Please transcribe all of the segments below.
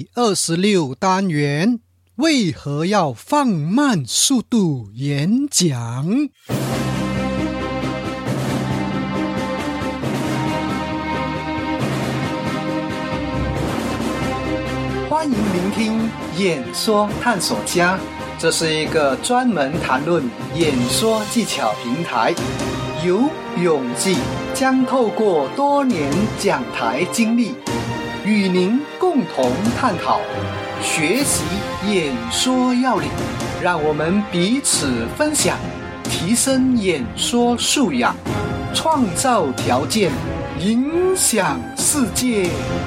第26单元，为何要放慢速度演讲？欢迎聆听演说探索家，这是一个专门谈论演说技巧平台。由永记将透过多年讲台经历，与您共同探讨、学习演说要领，让我们彼此分享，提升演说素养，创造条件，影响世界。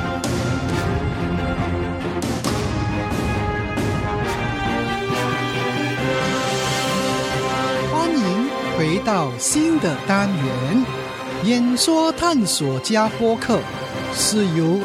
回到新的单元，演说探索家播客是由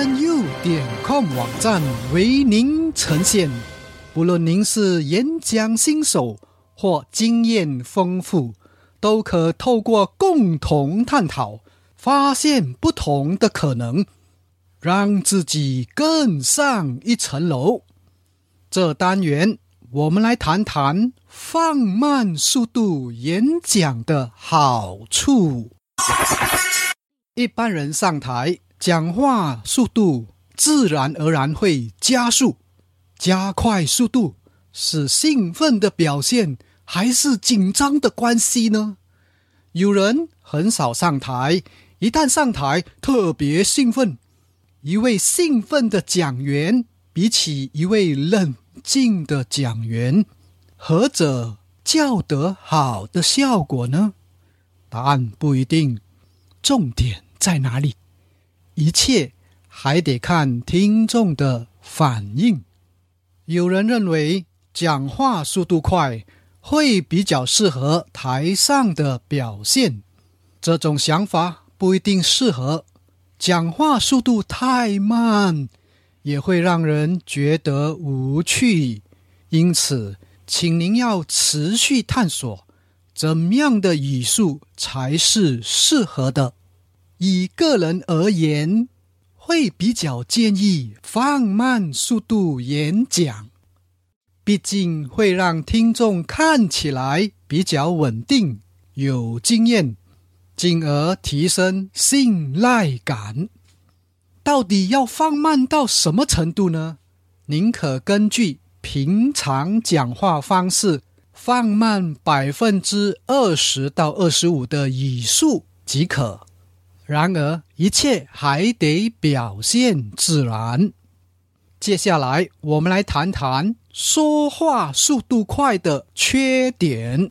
allenyu.com 网站为您呈现。不论您是演讲新手或经验丰富，都可透过共同探讨，发现不同的可能，让自己更上一层楼。这单元我们来谈谈放慢速度演讲的好处。一般人上台讲话速度自然而然会加速，加快速度是兴奋的表现还是紧张的关系呢？有人很少上台，一旦上台特别兴奋。一位兴奋的讲员比起一位冷静的讲员，何者较得好的效果呢？答案不一定，重点在哪里？一切还得看听众的反应。有人认为讲话速度快会比较适合台上的表现，这种想法不一定适合。讲话速度太慢也会让人觉得无趣，因此请您要持续探索怎样的语速才是适合的。以个人而言，会比较建议放慢速度演讲，毕竟会让听众看起来比较稳定、有经验，进而提升信赖感。到底要放慢到什么程度呢？您可根据平常讲话方式放慢 20% 到25% 的语速即可。然而一切还得表现自然。接下来我们来谈谈说话速度快的缺点。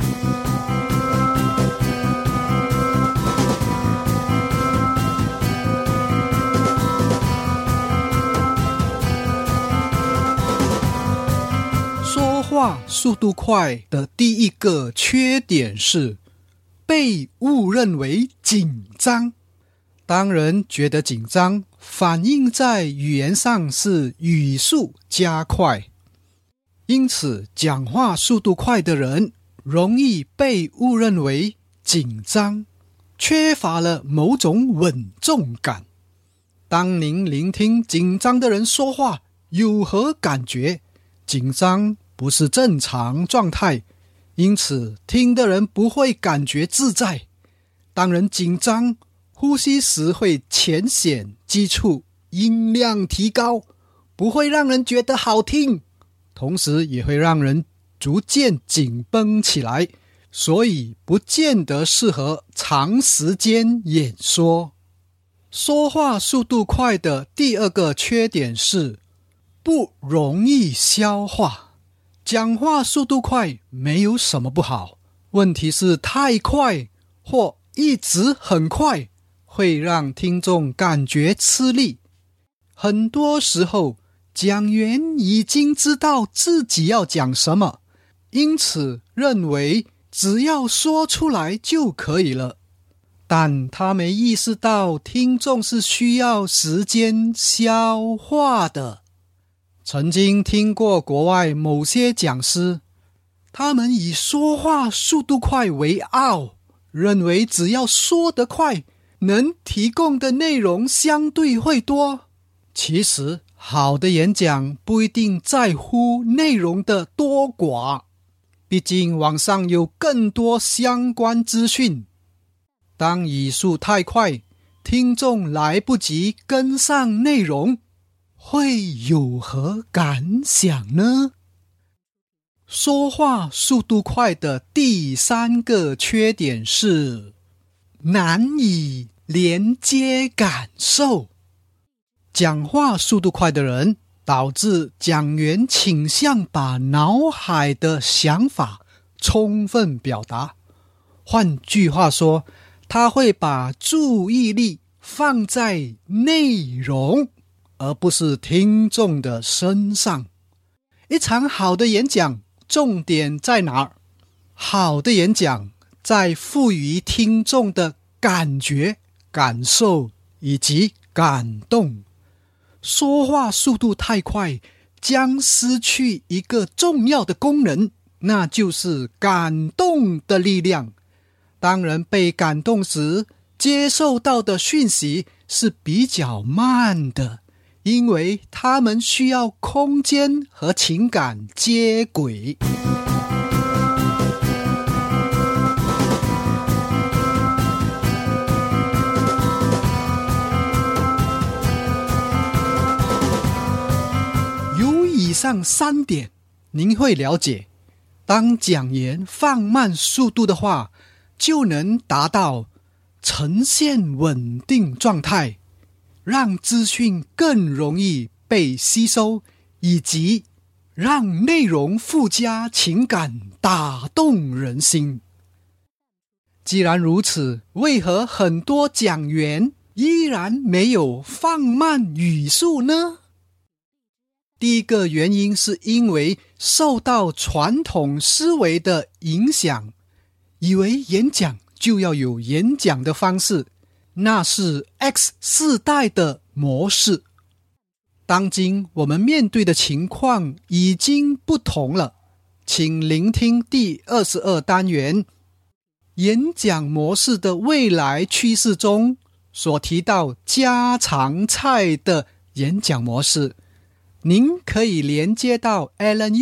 说话速度快的第一个缺点是被误认为紧张。当人觉得紧张，反映在语言上是语速加快，因此讲话速度快的人容易被误认为紧张，缺乏了某种稳重感。当您聆听紧张的人说话，有何感觉？紧张不是正常状态，因此听的人不会感觉自在。当人紧张，呼吸时会浅显急促，音量提高，不会让人觉得好听，同时也会让人逐渐紧绷起来，所以不见得适合长时间演说。说话速度快的第二个缺点是不容易消化。讲话速度快没有什么不好，问题是太快或一直很快会让听众感觉吃力。很多时候讲员已经知道自己要讲什么，因此认为只要说出来就可以了，但他没意识到听众是需要时间消化的。曾经听过国外某些讲师，他们以说话速度快为傲，认为只要说得快，能提供的内容相对会多。其实好的演讲不一定在乎内容的多寡，毕竟网上有更多相关资讯。当语速太快，听众来不及跟上内容，会有何感想呢？说话速度快的第3个缺点是难以连接感受。讲话速度快的人，导致讲员倾向把脑海的想法充分表达。换句话说，他会把注意力放在内容，而不是听众的身上。一场好的演讲，重点在哪儿？好的演讲在赋予听众的感觉、感受以及感动。说话速度太快，将失去一个重要的功能，那就是感动的力量。当人被感动时，接受到的讯息是比较慢的，因为他们需要空间和情感接轨。由以上3点，您会了解，当讲员放慢速度的话，就能达到呈现稳定状态，让资讯更容易被吸收，以及让内容附加情感，打动人心。既然如此，为何很多讲员依然没有放慢语速呢？第一个原因是因为受到传统思维的影响，以为演讲就要有演讲的方式，那是 X 世代的模式。当今我们面对的情况已经不同了，请聆听第22单元演讲模式的未来趋势中所提到家常菜的演讲模式。您可以连接到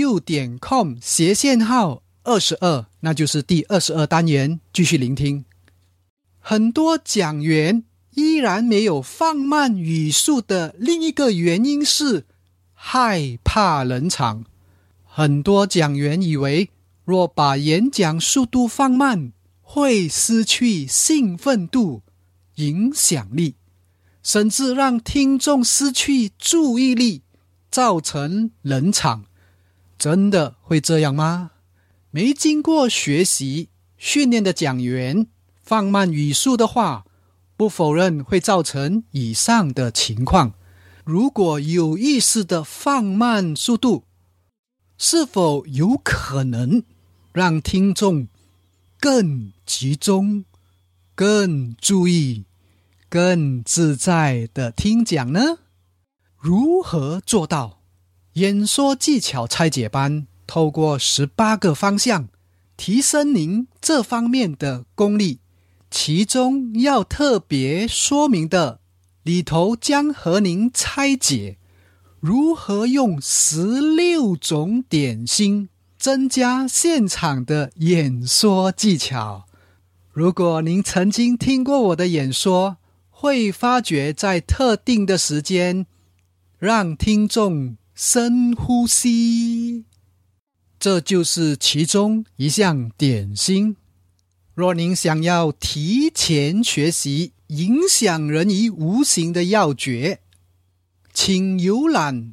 alanu.com/22，那就是第22单元，继续聆听。很多讲员依然没有放慢语速的另一个原因是害怕冷场。很多讲员以为，若把演讲速度放慢，会失去兴奋度、影响力，甚至让听众失去注意力，造成冷场。真的会这样吗？没经过学习训练的讲员放慢语速的话，不否认会造成以上的情况。如果有意识的放慢速度，是否有可能让听众更集中、更注意、更自在的听讲呢？如何做到？演说技巧拆解班透过18个方向提升您这方面的功力，其中要特别说明的，里头将和您拆解如何用16种点心增加现场的演说技巧。如果您曾经听过我的演说，会发觉在特定的时间让听众深呼吸，这就是其中一项点心。若您想要提前学习影响人于无形的要诀，请浏览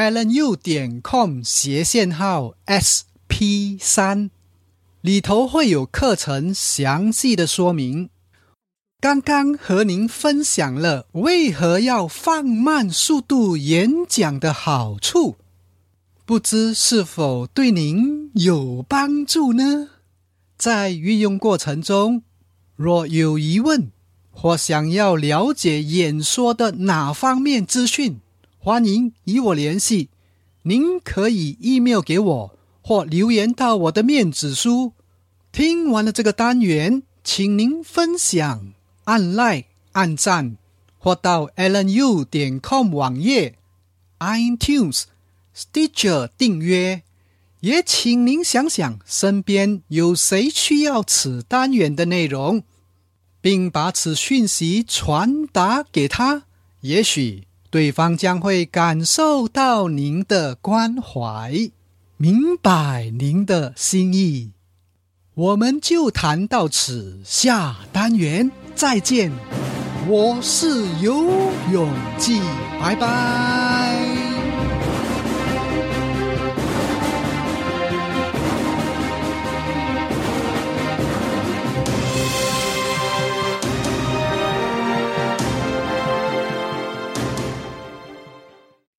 alanu.com/SP3， 里头会有课程详细的说明。刚刚和您分享了为何要放慢速度演讲的好处，不知是否对您有帮助呢？在运用过程中，若有疑问或想要了解演说的哪方面资讯，欢迎与我联系。您可以 email 给我，或留言到我的面子书。听完了这个单元，请您分享、按 like、按赞，或到 alanu.com 网页 iTunes、Stitcher 订阅。也请您想想身边有谁需要此单元的内容，并把此讯息传达给他，也许对方将会感受到您的关怀，明白您的心意。我们就谈到此，下单元再见。我是游泳记，拜拜。